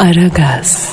Aragaz.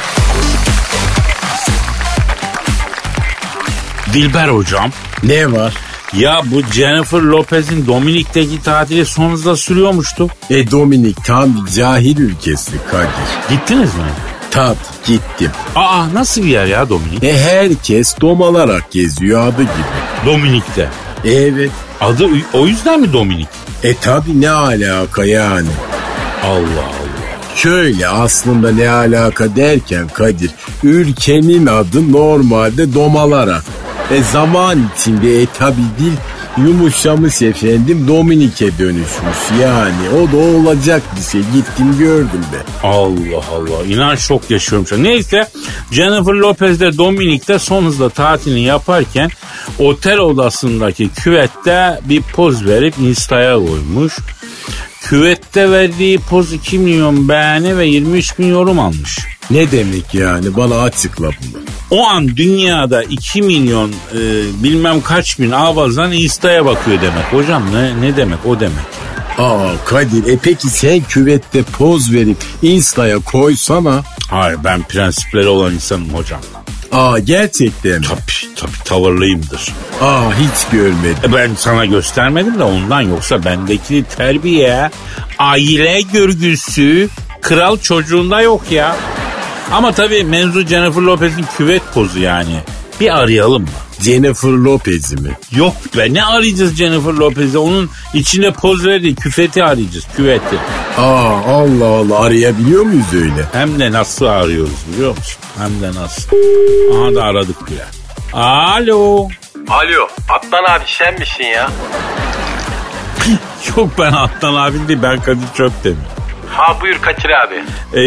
Dilber hocam. Ne var? Ya bu Jennifer Lopez'in Dominik'teki tatili son hızla sürüyormuştu. Dominik tam bir cahil ülkesi Kadir. Gittiniz mi? Tabii gittim. Aa, nasıl bir yer ya Dominik? Herkes domalarak geziyor adı gibi. Dominik'te. Evet. Adı o yüzden mi Dominik? Tabii ne alaka yani? Allah Allah. Şöyle aslında ne alaka derken Kadir, ülkenin adı normalde domalarak. Zaman içinde tabi dil yumuşamış efendim, Dominik'e dönüşmüş yani. O da olacak bir şey, gittim gördüm be. Allah Allah, inan şok yaşıyorum şu an. Neyse, Jennifer Lopez de Dominik'te son hızla tatilini yaparken otel odasındaki küvette bir poz verip Insta'ya koymuş. Küvette verdiği poz 2 milyon beğeni ve 23 bin yorum almış. Ne demek yani, bana açıkla bunu. O an dünyada 2 milyon bilmem kaç bin avazdan Insta'ya bakıyor demek. Hocam ne demek o demek? Kadir, peki sen küvette poz verip Insta'ya koysana. Hayır, ben prensipleri olan insanım hocam. Gerçekten mi? Tabii tavırlıyımdır. Hiç görmedim. Ben sana göstermedim de ondan, yoksa bendeki terbiye, aile görgüsü kral çocuğunda yok ya. Ama tabii mevzu Jennifer Lopez'in küvet pozu yani. Bir arayalım mı? Jennifer Lopez'i mi? Yok be, ne arayacağız Jennifer Lopez'i? Onun içinde poz verdiği küveti arayacağız, küveti. Allah Allah, arayabiliyor muyuz öyle? Hem de nasıl arıyoruz biliyor musun? Hem de nasıl. Aha da aradık bile. Alo. Alo, Adnan abi sen misin ya? Yok, ben Adnan abi değil, ben Kadir Çöptemir. Ha buyur Kadir abi.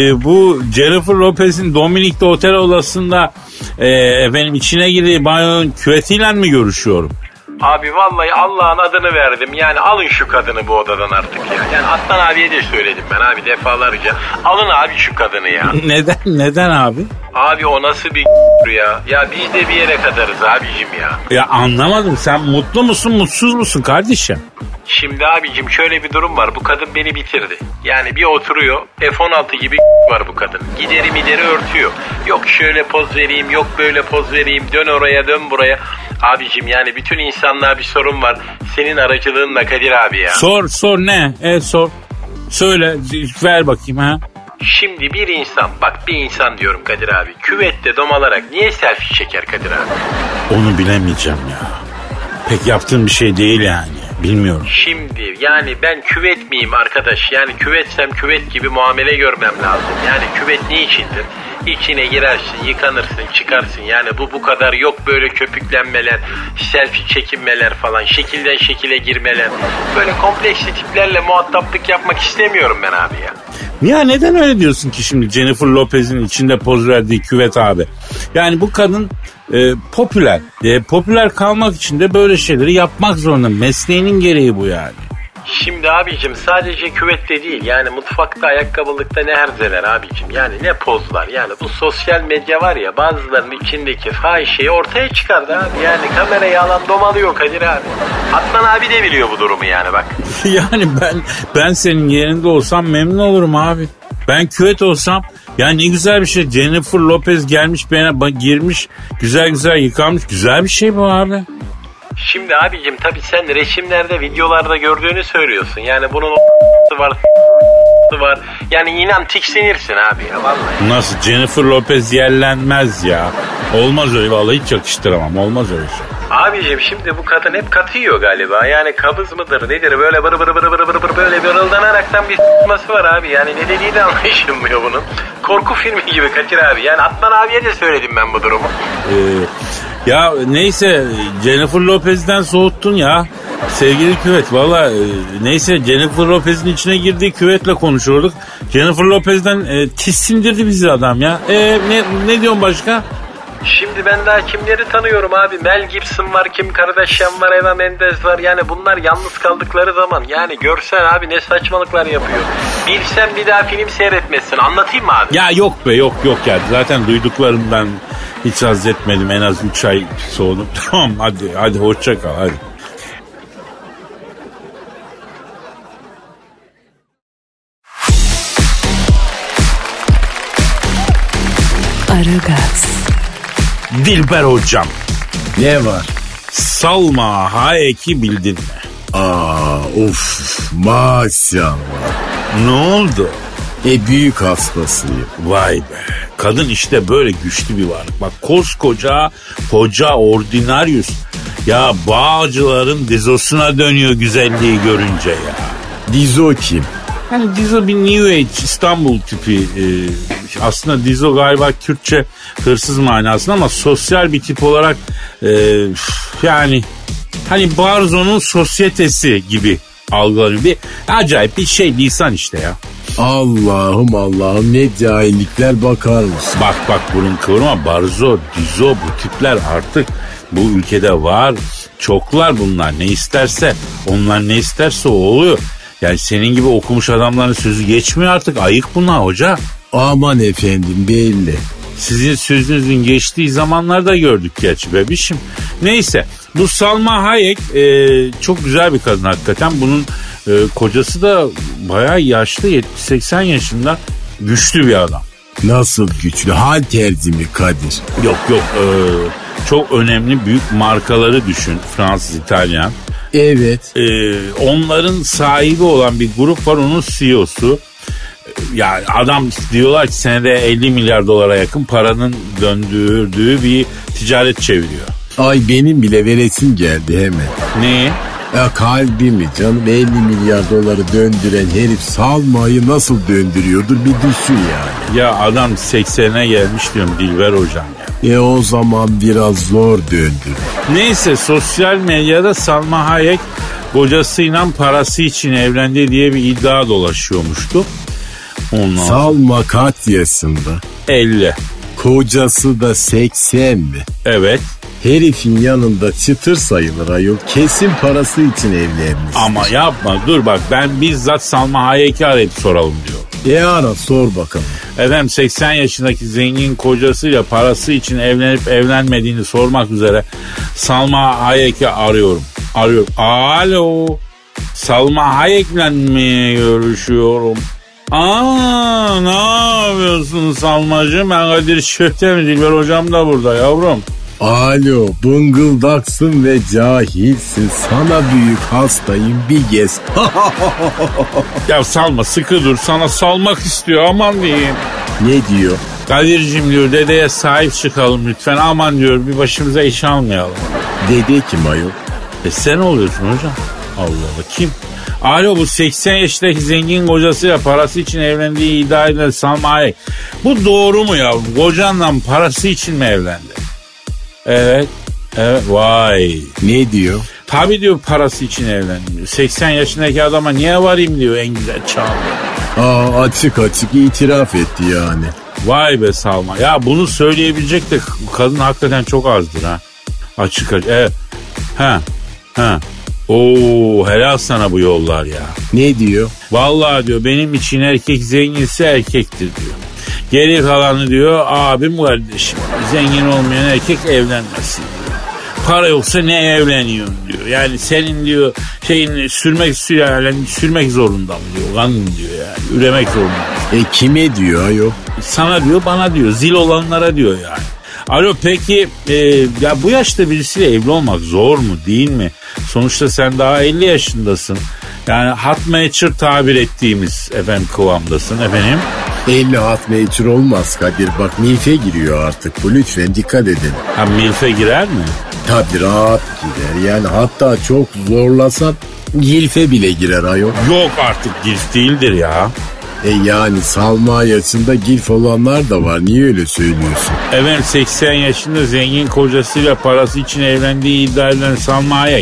Bu Jennifer Lopez'in Dominik'te otel odasında efendim içine girdiği banyonun küvetiyle mi görüşüyorum? Abi vallahi Allah'ın adını verdim. Yani alın şu kadını bu odadan artık ya. Yani Adnan abiye de söyledim ben abi defalarca. Alın abi şu kadını ya. Neden abi? Abi o nasıl bir ya? Ya biz de bir yere kadarız abicim ya. Ya anlamadım, sen mutlu musun mutsuz musun kardeşim? Şimdi abicim şöyle bir durum var. Bu kadın beni bitirdi. Yani bir oturuyor. F-16 gibi var bu kadın. Gideri örtüyor. Yok şöyle poz vereyim, yok böyle poz vereyim. Dön oraya, dön buraya. Abicim yani bütün insanlığa bir sorun var. Senin aracılığınla Kadir abi ya. Sor ne? Sor. Söyle, ver bakayım ha. Şimdi bir insan diyorum Kadir abi. Küvette domalarak niye selfie çeker Kadir abi? Onu bilemeyeceğim ya. Pek yaptığım bir şey değil yani. Bilmiyorum. Şimdi yani ben küvet miyim arkadaş? Yani küvetsem küvet gibi muamele görmem lazım. Yani küvet ne içindir? İçine girersin, yıkanırsın, çıkarsın. Yani bu kadar yok böyle köpüklenmeler, selfie çekinmeler falan, şekilden şekile girmeler. Böyle kompleksli tiplerle muhataplık yapmak istemiyorum ben abi ya. Ya neden öyle diyorsun ki şimdi Jennifer Lopez'in içinde poz verdiği küvet abi? Yani bu kadın popüler. Popüler kalmak için de böyle şeyleri yapmak zorunda. Mesleğinin gereği bu yani. Şimdi abicim sadece küvette değil yani mutfakta, ayakkabılıkta ne herzeler abicim. Yani ne pozlar, yani bu sosyal medya var ya, bazılarının içindeki fahişeyi ortaya çıkardı abi. Yani kamerayı alan domalıyor Kadir abi. Adnan abi de biliyor bu durumu yani bak. Yani ben senin yerinde olsam memnun olurum abi. Ben küvet olsam, yani ne güzel bir şey. Jennifer Lopez gelmiş, girmiş, güzel yıkanmış, güzel bir şey bu abi. Şimdi abicim tabii sen resimlerde, videolarda gördüğünü söylüyorsun. Yani bunun var. Yani inan tiksinirsin abi ya vallahi. Nasıl? Jennifer Lopez yerlenmez ya. Olmaz öyle, vallahi hiç yakıştıramam. Olmaz öyle şey. Abicim şimdi bu kadın hep katı yiyor galiba. Yani kabız mıdır nedir, böyle bır böyle vırıldanaraktan bir s**ması var abi. Yani ne dediği de anlaşılmıyor bunun. Korku filmi gibi Kadir abi. Yani Adnan abiye de söyledim ben bu durumu. Ya neyse, Jennifer Lopez'den soğuttun ya. Sevgili küvet, valla neyse, Jennifer Lopez'in içine girdiği küvetle konuşuyorduk. Jennifer Lopez'den tissindirdi bizi adam ya. Ne diyorsun başka? Şimdi ben daha kimleri tanıyorum abi? Mel Gibson var, Kim Kardashian var, Eva Mendes var. Yani bunlar yalnız kaldıkları zaman yani görsen abi ne saçmalıklar yapıyor. Bilsen bir daha film seyretmesin. Anlatayım mı abi? Ya yok be, yok ya. Zaten duyduklarımdan hiç haz etmedim. En az 3 ay soğudum. Tamam hadi hoşça kal hadi. Aragaz. Dilber hocam, Ne var? Salma Hayek'i bildin mi? Maşallah. Ne oldu? Büyük hastasıyım. Vay be. Kadın işte böyle güçlü bir varlık. Bak koskoca hoca ordinaryus. Ya Bağcılar'ın dizosuna dönüyor güzelliği görünce ya. Dizo kim? Hani Dizo bir New Age İstanbul tipi. Aslında Dizo galiba Kürtçe hırsız manasında ama sosyal bir tip olarak yani hani Barzo'nun sosyetesi gibi algılanıyor. Bir acayip bir şey lisan işte ya. Allah'ım ne cahillikler bakar mısın? Bak burun kıvırma. Barzo, Dizo bu tipler artık bu ülkede var. Çoklar bunlar. Ne isterse onlar ne isterse o oluyor. Yani senin gibi okumuş adamların sözü geçmiyor artık. Ayık bunlar hoca. Aman efendim belli. Sizin sözünüzün geçtiği zamanlarda gördük gerçi bebişim. Neyse bu Salma Hayek çok güzel bir kadın hakikaten. Bunun kocası da bayağı yaşlı 70-80 yaşında güçlü bir adam. Nasıl güçlü? Halterci mi Kadir? Yok çok önemli büyük markaları düşün Fransız, İtalyan. Evet. Onların sahibi olan bir grup var onun CEO'su. Yani adam diyorlar ki senede 50 milyar dolara yakın paranın döndürdüğü bir ticaret çeviriyor. Ay benim bile veresim geldi hemen. Ne? Ya kalbimi canım 50 milyar doları döndüren herif Salma'yı nasıl döndürüyordur bir düşün yani. Ya adam 80'e gelmiş diyorum Dilber hocam ya. O zaman biraz zor döndür. Neyse sosyal medyada Salma Hayek kocasıyla parası için evlendi diye bir iddia dolaşıyormuştu. Ondan Salma kaç yaşında? 50. Kocası da 80 mi? Evet. Herifin yanında çıtır sayılır ayol. Kesin parası için evlenmiş. Ama yapma dur bak ben bizzat Salma Hayek'i arayıp soralım diyor. Ara sor bakalım. Efendim 80 yaşındaki zengin kocasıyla parası için evlenip evlenmediğini sormak üzere Salma Hayek'i arıyorum. Alo. Salma Hayek'le mi görüşüyorum? Ne yapıyorsun Salmacığım? Ben Kadir Şöhtem, Dilber hocam da burada yavrum. Alo, bıngıldaksın ve cahilsin. Sana büyük hastayım bir gez. Ya Salma sıkı dur, sana salmak istiyor aman diyeyim. Ne diyor? Kadir'cim diyor dedeye sahip çıkalım lütfen aman diyor bir başımıza iş almayalım. Dede kim ayol? Sen oluyorsun hocam. Allah Allah kim? Alo bu 80 yaşındaki zengin kocasıyla parası için evlendiği iddia edilen Salma Hayek. Bu doğru mu yavrum? Kocanla parası için mi evlendi? Evet. Vay. Ne diyor? Tabii diyor parası için evlendim. 80 yaşındaki adama niye varayım diyor en güzel çağda. Açık itiraf etti yani. Vay be Salma. Ya bunu söyleyebilecek de kadın hakikaten çok azdır ha. Açık. Evet. Ha. Helal sana bu yollar ya. Ne diyor? Vallahi diyor benim için erkek zenginse erkektir diyor. Geri kalanı diyor abim kardeşim. Zengin olmayan erkek evlenmesin diyor. Para yoksa ne evleniyorsun diyor. Yani senin diyor sürmek zorunda mı diyor. Kanın diyor yani. Üremek zorunda. Kime diyor ayol? Sana diyor bana diyor. Zil olanlara diyor yani. Alo peki ya bu yaşta birisiyle evli olmak zor mu değil mi? Sonuçta sen daha 50 yaşındasın. Yani hot mature tabir ettiğimiz kıvamdasın efendim. 50 hot mature olmaz Kadir. Bak milfe giriyor artık bu lütfen dikkat edin. Ha milfe girer mi? Tabii rahat girer. Yani hatta çok zorlasan gilfe bile girer ayol. Yok artık gilf değildir ya. Yani Salma yaşında gilf olanlar da var. Niye öyle söylüyorsun? 80 yaşında zengin kocasıyla parası için evlendiği iddia edilen Salma Hayek.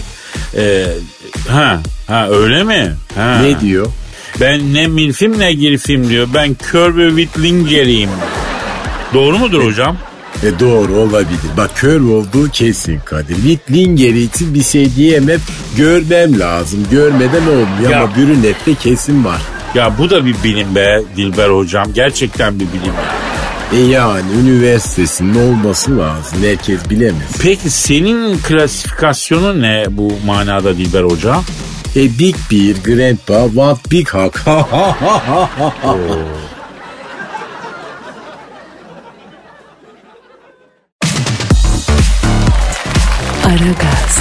Öyle mi? Ne diyor? Ben ne milfim ne gilfim diyor. Ben kör ve Wittlinger'iyim. Doğru mudur hocam? Doğru olabilir. Bak kör olduğu kesin Kadir. Wittlinger için bir şey diyemem. Görmem lazım. Görmeden olmuyor ama brünette kesin var. Ya bu da bir bilim be Dilber hocam. Gerçekten bir bilim ya. Yani üniversitesinin olması lazım. Herkes bilemez. Peki senin klasifikasyonu ne bu manada Dilber hocam? Big Beer, Grandpa, What Big Hawk. Aragaz.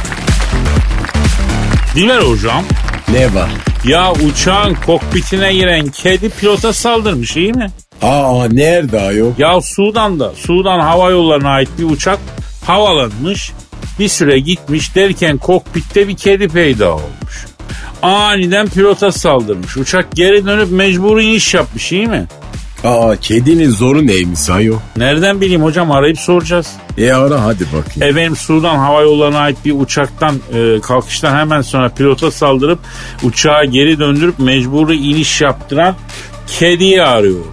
Dilber hocam. Ne var? Ya uçağın kokpitine giren kedi pilota saldırmış, iyi mi? Nerede ayol? Ya Sudan Hava Yolları'na ait bir uçak havalanmış. Bir süre gitmiş derken kokpitte bir kedi peyda olmuş. Aniden pilota saldırmış. Uçak geri dönüp mecburi iniş yapmış, iyi mi? Kedinin zoru neymiş ayol? Nereden bileyim hocam, arayıp soracağız. Ara hadi bakayım. Efendim, Sudan Hava Yolları'na ait bir uçaktan kalkıştan hemen sonra pilota saldırıp uçağı geri döndürüp mecburi iniş yaptıran kediyi arıyoruz.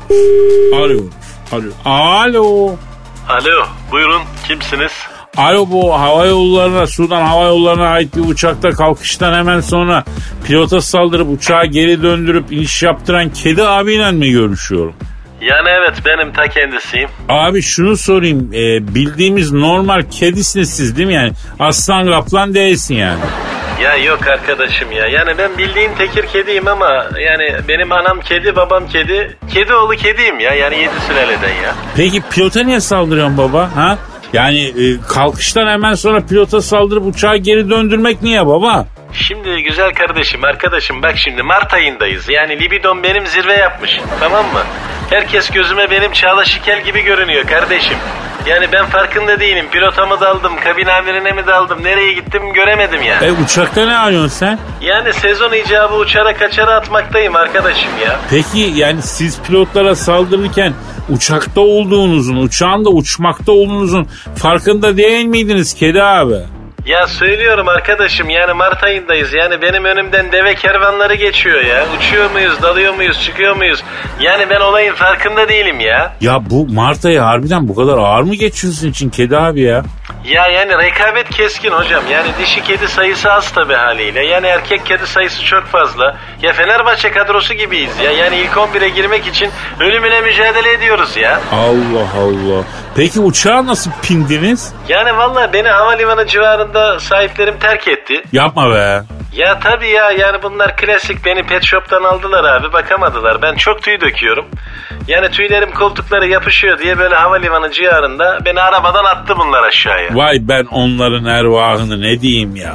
Alo. Alo, buyurun, kimsiniz? Alo, bu Sudan Hava Yolları'na ait bir uçakta kalkıştan hemen sonra pilota saldırıp uçağı geri döndürüp iniş yaptıran kedi abiyle mi görüşüyorum? Yani evet, benim ta kendisiyim. Abi şunu sorayım, bildiğimiz normal kedisiniz siz değil mi yani? Aslan kaplan değilsin yani. Ya yok arkadaşım ya. Yani ben bildiğin tekir kediyim ama yani benim anam kedi, babam kedi. Kedi oğlu kediyim ya. Yani 7 sülaleden ya. Peki pilota niye saldırıyorsun baba? Ha? Yani kalkıştan hemen sonra pilota saldırıp uçağı geri döndürmek niye baba? Şimdi güzel kardeşim, arkadaşım, bak şimdi Mart ayındayız. Yani libidom benim zirve yapmış, tamam mı? Herkes gözüme benim Çağla Şikel gibi görünüyor kardeşim. Yani ben farkında değilim. Pilota mı daldım, kabin amirine mi daldım, nereye gittim göremedim yani. Uçakta ne arıyorsun sen? Yani sezon icabı uçara kaçara atmaktayım arkadaşım ya. Peki yani siz pilotlara saldırırken uçakta olduğunuzun, uçağın da uçmakta olduğunuzun farkında değil miydiniz kedi abi? Ya söylüyorum arkadaşım, yani Mart ayındayız. Yani benim önümden deve kervanları geçiyor ya. Uçuyor muyuz, dalıyor muyuz, çıkıyor muyuz? Yani ben olayın farkında değilim ya. Ya bu Mart ayı harbiden bu kadar ağır mı geçiyorsun için kedi abi ya? Ya yani rekabet keskin hocam. Yani dişi kedi sayısı az tabii haliyle. Yani erkek kedi sayısı çok fazla. Ya Fenerbahçe kadrosu gibiyiz ya. Yani ilk 11'e girmek için ölümüne mücadele ediyoruz ya. Allah Allah. Peki uçağa nasıl pindiniz? Yani vallahi beni havalimanı civarında sahiplerim terk etti. Yapma be. Ya tabii ya, yani bunlar klasik, beni pet shop'tan aldılar abi, bakamadılar. Ben çok tüy döküyorum. Yani tüylerim koltuklara yapışıyor diye böyle havalimanı civarında beni arabadan attı bunlar aşağıya. Vay ben onların ervahını ne diyeyim ya.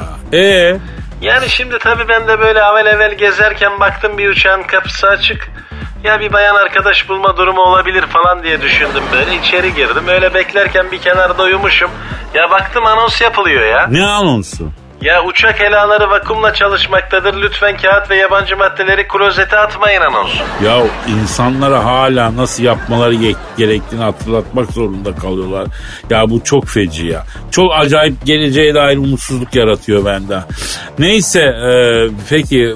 Yani şimdi tabii ben de böyle evvel gezerken baktım bir uçağın kapısı açık. Ya bir bayan arkadaş bulma durumu olabilir falan diye düşündüm böyle. İçeri girdim, öyle beklerken bir kenarda uyumuşum. Ya baktım anons yapılıyor ya. Ne anonsu? Ya uçak helaları vakumla çalışmaktadır. Lütfen kağıt ve yabancı maddeleri klozete atmayın anons. Ya insanlara hala nasıl yapmaları gerektiğini hatırlatmak zorunda kalıyorlar. Ya bu çok feci ya. Çok acayip, geleceğe dair umutsuzluk yaratıyor bende. Neyse peki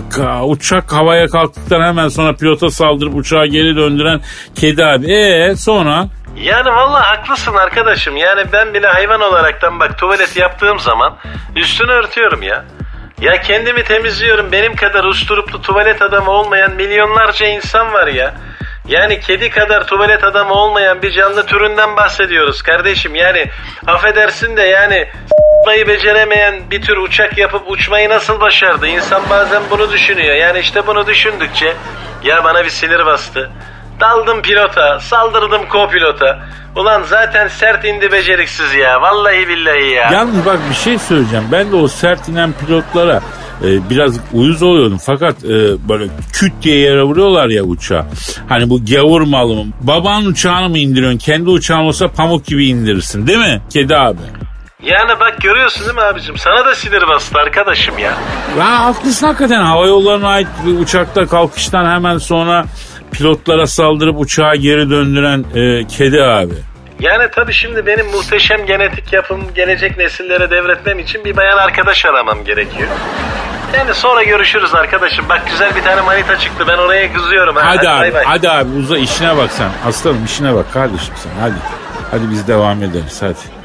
uçak havaya kalktıktan hemen sonra pilota saldırıp uçağı geri döndüren kedi abi. Sonra? Yani vallahi haklısın arkadaşım. Yani ben bile hayvan olaraktan bak tuvalet yaptığım zaman üstünü örtüyorum ya. Ya kendimi temizliyorum. Benim kadar usturuplu tuvalet adamı olmayan milyonlarca insan var ya. Yani kedi kadar tuvalet adamı olmayan bir canlı türünden bahsediyoruz kardeşim. Yani affedersin de yani s**mayı beceremeyen bir tür uçak yapıp uçmayı nasıl başardı? İnsan bazen bunu düşünüyor. Yani işte bunu düşündükçe ya bana bir sinir bastı. Daldım pilota, saldırdım co-pilota. Ulan zaten sert indi beceriksiz ya. Vallahi billahi ya. Yalnız bak bir şey söyleyeceğim. Ben de o sert inen pilotlara biraz uyuz oluyordum. Fakat böyle küt diye yere vuruyorlar ya uçağı. Hani bu gavur malı mı? Babanın uçağını mı indiriyorsun? Kendi uçağın olsa pamuk gibi indirirsin değil mi kedi abi? Yani bak görüyorsun değil mi abicim? Sana da sinir bastı arkadaşım ya. Ya haklısın hakikaten. Hava yollarına ait bir uçakta kalkıştan hemen sonra pilotlara saldırıp uçağı geri döndüren kedi abi. Yani tabii şimdi benim muhteşem genetik yapım gelecek nesillere devretmem için bir bayan arkadaş aramam gerekiyor. Yani sonra görüşürüz arkadaşım. Bak güzel bir tane manita çıktı. Ben oraya kızıyorum. Hadi abi, bay bay. hadi abi uza işine bak sen. Aslanım işine bak kardeşim sen. Hadi. Hadi biz devam ederiz hadi.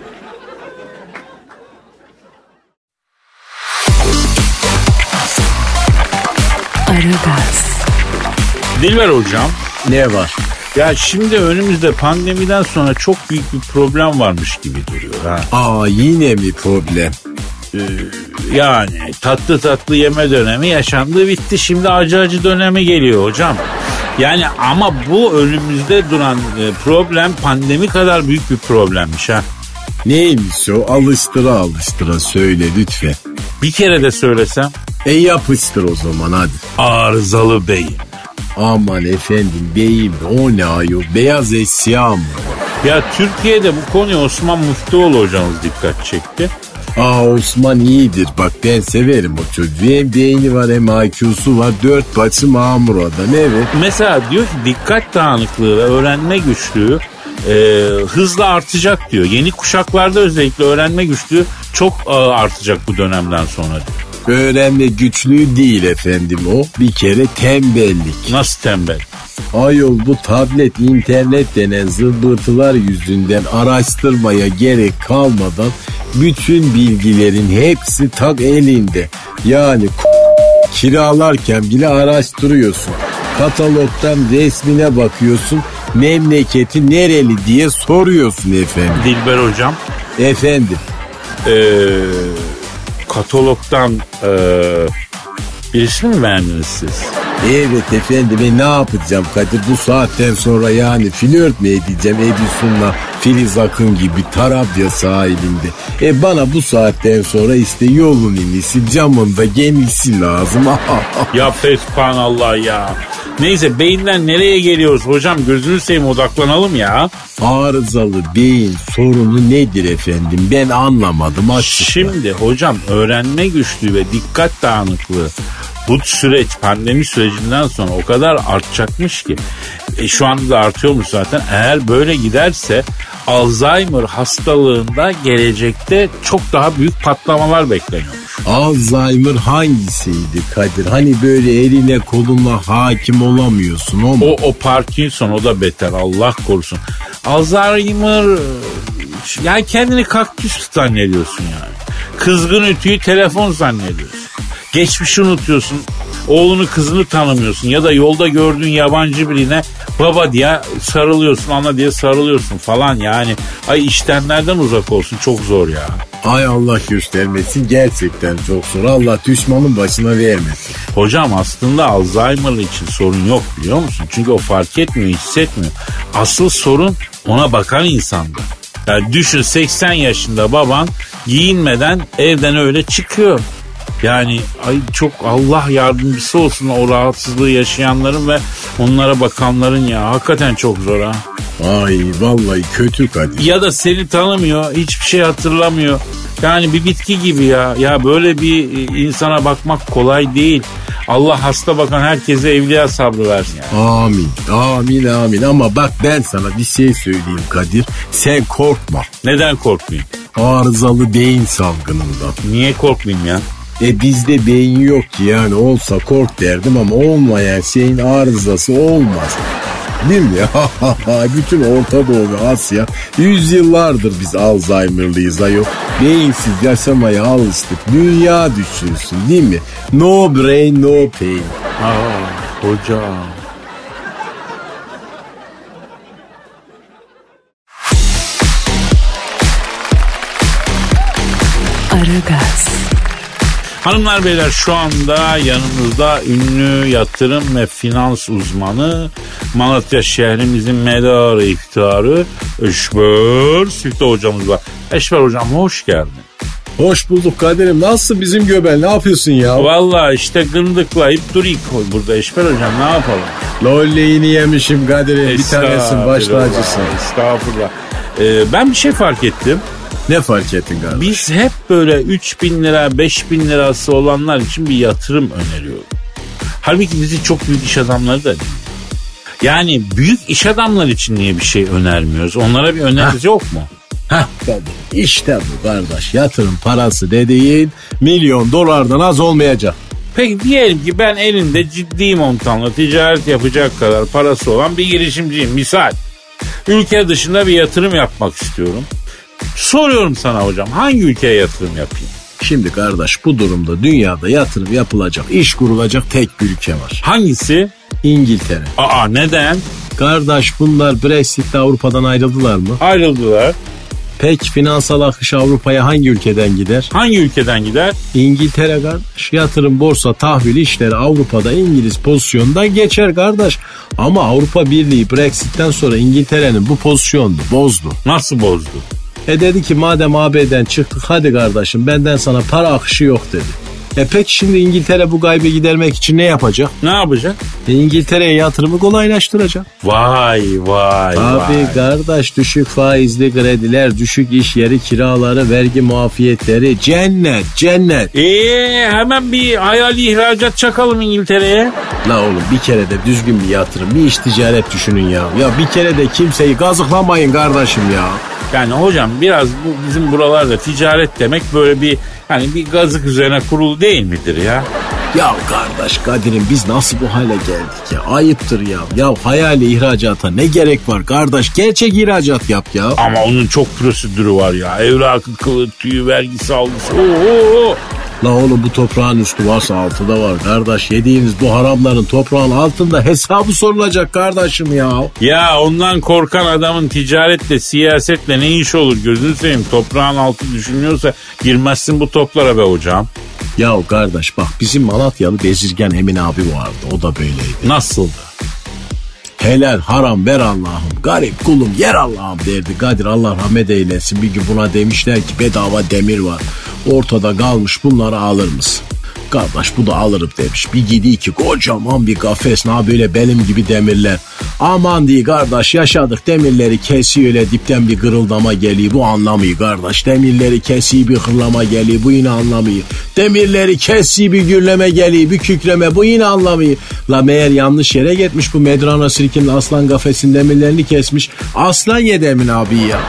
Aragaz. Dilber hocam. Ne var? Ya şimdi önümüzde pandemiden sonra çok büyük bir problem varmış gibi duruyor ha. Yine mi problem? Yani tatlı yeme dönemi yaşandı bitti. Şimdi acı dönemi geliyor hocam. Yani ama bu önümüzde duran problem pandemi kadar büyük bir problemmiş ha. Neymiş o? Alıştıra söyle lütfen. Bir kere de söylesem. Yapıştır o zaman hadi. Arızalı beyim. Aman efendim beyim, o ne ayol? Beyaz eşya mı? Ya Türkiye'de bu konuya Osman Muftioğlu hocamız dikkat çekti. Osman iyidir. Bak ben severim o çocuğu. Hem beyni var hem IQ'su var. 4 başı mamur adam, evet. Mesela diyor ki dikkat dağınıklığı ve öğrenme güçlüğü hızla artacak diyor. Yeni kuşaklarda özellikle öğrenme güçlüğü çok artacak bu dönemden sonra diyor. Öğrenme güçlüğü değil efendim o. Bir kere tembellik. Nasıl tembel? Ayol bu tablet, internet denen zımbırtılar yüzünden araştırmaya gerek kalmadan bütün bilgilerin hepsi tak elinde. Yani kiralarken bile araştırıyorsun. Katalogdan resmine bakıyorsun. Memleketi nereli diye soruyorsun efendim. Dilber hocam. Efendim. Katalogdan birisini mi beğendiniz siz? Evet efendim, ne yapacağım Kadir, bu saatten sonra yani flört mü edeceğim Edison'la Filiz Akın gibi Tarabya sahilinde. Bana bu saatten sonra işte yolun inisi camında genisi lazım. Ya fesubhanallah ya. Neyse beyinden nereye geliyoruz hocam, gözünü seveyim odaklanalım ya. Arızalı beyin sorunu nedir efendim, ben anlamadım açıkçası. Şimdi hocam öğrenme güçlüğü ve dikkat dağınıklığı bu süreç, pandemi sürecinden sonra o kadar artacakmış ki şu anda da artıyormuş zaten. Eğer böyle giderse Alzheimer hastalığında gelecekte çok daha büyük patlamalar bekleniyormuş. Alzheimer hangisiydi Kadir? Hani böyle eline koluna hakim olamıyorsun o mu? O Parkinson, o da beter, Allah korusun. Alzheimer yani kendini kaktüs zannediyorsun yani. Kızgın ütüyü telefon zannediyorsun. Geçmişi unutuyorsun. Oğlunu kızını tanımıyorsun. Ya da yolda gördüğün yabancı birine baba diye sarılıyorsun, ana diye sarılıyorsun falan yani. Ay iştenlerden uzak olsun, çok zor ya. Ay Allah göstermesin, gerçekten çok zor. Allah düşmanın başına vermesin. Hocam aslında Alzheimer'lı için sorun yok biliyor musun? Çünkü o fark etmiyor, hissetmiyor. Asıl sorun ona bakan insanda. Yani düşün 80 yaşında baban giyinmeden evden öyle çıkıyor. Yani ay çok Allah yardımcısı olsun o rahatsızlığı yaşayanların ve onlara bakanların ya. Hakikaten çok zor ha. Ay vallahi kötü Kadir. Ya da seni tanımıyor, hiçbir şey hatırlamıyor. Yani bir bitki gibi ya. Ya böyle bir insana bakmak kolay değil. Allah hasta bakan herkese evliya sabrı versin yani. Amin, amin, amin. Ama bak ben sana bir şey söyleyeyim Kadir. Sen korkma. Neden korkmayayım? Arızalı beyin salgınından. Niye korkmayayım ya? Bizde beyin yok ki yani, olsa kork derdim ama olmayan şeyin arızası olmaz. Değil mi? Bütün Orta Doğu ve Asya yüzyıllardır biz Alzheimer'lıyız ayol. Beyinsiz yaşamaya alıştık. Dünya düşünsün değil mi? No brain no pain. Hocam. Aragaz. Hanımlar beyler şu anda yanımızda ünlü yatırım ve finans uzmanı, Malatya şehrimizin medarı iftiharı Eşber Sifte hocamız var. Eşber hocam hoş geldin. Hoş bulduk Kadir'im. Nasılsın bizim göbel? Ne yapıyorsun ya? Vallahi işte gırndıklayıp durayım burada Eşber hocam, ne yapalım? Lolleğini yemişim Kadir'im. Bir tanesin, baş tacısın. Estağfurullah. Ben bir şey fark ettim. Ne fark ettin kardeş? Biz hep böyle 3.000 lira 5.000 lirası olanlar için bir yatırım öneriyoruz. Halbuki bizi çok büyük iş adamları da değil. Yani büyük iş adamları için niye bir şey önermiyoruz? Onlara bir öneriniz yok mu? Tabii. İşte bu kardeş. Yatırım parası dediğin $1.000.000 dolardan az olmayacak. Peki diyelim ki ben elinde ciddi montanla ticaret yapacak kadar parası olan bir girişimciyim. Misal ülke dışında bir yatırım yapmak istiyorum. Soruyorum sana hocam, hangi ülkeye yatırım yapayım? Şimdi kardeş bu durumda dünyada yatırım yapılacak, iş kurulacak tek bir ülke var. Hangisi? İngiltere. Neden? Kardeş bunlar Brexit'le Avrupa'dan ayrıldılar mı? Ayrıldılar. Peki finansal akış Avrupa'ya hangi ülkeden gider? Hangi ülkeden gider? İngiltere kardeş. Yatırım, borsa, tahvil işleri Avrupa'da İngiliz pozisyonundan geçer kardeş. Ama Avrupa Birliği Brexit'ten sonra İngiltere'nin bu pozisyonunu bozdu. Nasıl bozdu? Dedi ki madem AB'den çıktık hadi kardeşim benden sana para akışı yok dedi. Peki şimdi İngiltere bu gaybı gidermek için ne yapacak? Ne yapacak? İngiltere'ye yatırımı kolaylaştıracak. Vay. Abi kardeş düşük faizli krediler, düşük iş yeri kiraları, vergi muafiyetleri, cennet. Hemen bir hayali ihracat çakalım İngiltere'ye. La oğlum bir kere de düzgün bir yatırım, bir iş ticaret düşünün ya. Ya bir kere de kimseyi gazıklamayın kardeşim ya. Yani hocam biraz bu bizim buralarda ticaret demek böyle bir hani bir gazık üzerine kurulu değil midir ya? Ya kardeş Kadir'im biz nasıl bu hale geldik ya? Ayıptır ya. Ya hayali ihracata ne gerek var kardeş? Gerçek ihracat yap ya. Ama onun çok prosedürü var ya. Evrakı, kılık, tüyü, vergisi, algısı. Oo. La oğlum bu toprağın üstü varsa altı da var kardeş. Yediğiniz bu haramların toprağın altında hesabı sorulacak kardeşim ya. Ya ondan korkan adamın ticaretle, siyasetle ne iş olur gözünü seveyim. Toprağın altı düşünüyorsa girmezsin bu toplara be hocam. Ya kardeş bak bizim Malatyalı Bezirgen Emin abi vardı. O da böyleydi. Nasıldı? Helal haram ver Allah'ım. Garip kulum yer Allah'ım derdi. Kadir Allah rahmet eylesin. Bir gün buna demişler ki bedava demir var. Ortada kalmış bunları alır mısın? Kardeş bu da alırım demiş. Bir gidiyor ki kocaman bir kafes. Na böyle benim gibi demirler. Aman diye kardeş yaşadık demirleri kesiyor öyle dipten bir kırıldama geliyor. Bu anlamıyor kardeş. Demirleri kesiyor bir kırılama geliyor. Bu yine anlamıyor. Demirleri kesiyor bir gürleme geliyor. Bir kükreme bu yine anlamıyor. La meğer yanlış yere gitmiş bu Medrano Sirkin'in aslan kafesin demirlerini kesmiş. Aslan yedi Emin abi ya.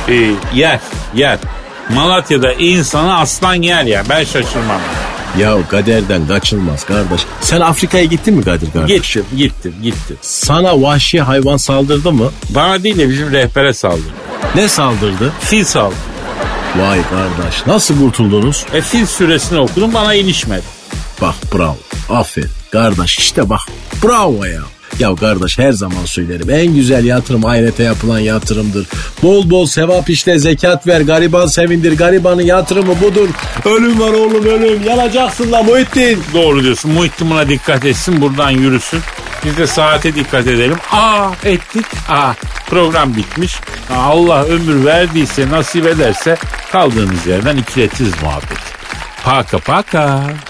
Yer. Malatya'da insanı aslan yer ya. Ben şaşırmam. Ya kaderden kaçılmaz kardeş. Sen Afrika'ya gittin mi Kadir kardeş? Gittim. Sana vahşi hayvan saldırdı mı? Bana değil de bizim rehbere saldırdı. Ne saldırdı? Fil saldırdı. Vay kardeş nasıl kurtuldunuz? Fil suresini okudum bana ilişmedi. Bak bravo aferin kardeş işte bak bravo ya. Ya kardeş her zaman söylerim en güzel yatırım ahirete yapılan yatırımdır. Bol bol sevap işle zekat ver gariban sevindir garibanın yatırımı budur. Ölüm var oğlum ölüm yanacaksın la Muhittin. Doğru diyorsun Muhittin buna dikkat etsin buradan yürüsün. Biz de saate dikkat edelim. Ettik. Program bitmiş. Allah ömür verdiyse nasip ederse kaldığımız yerden ikiletiriz muhabbeti. Paka.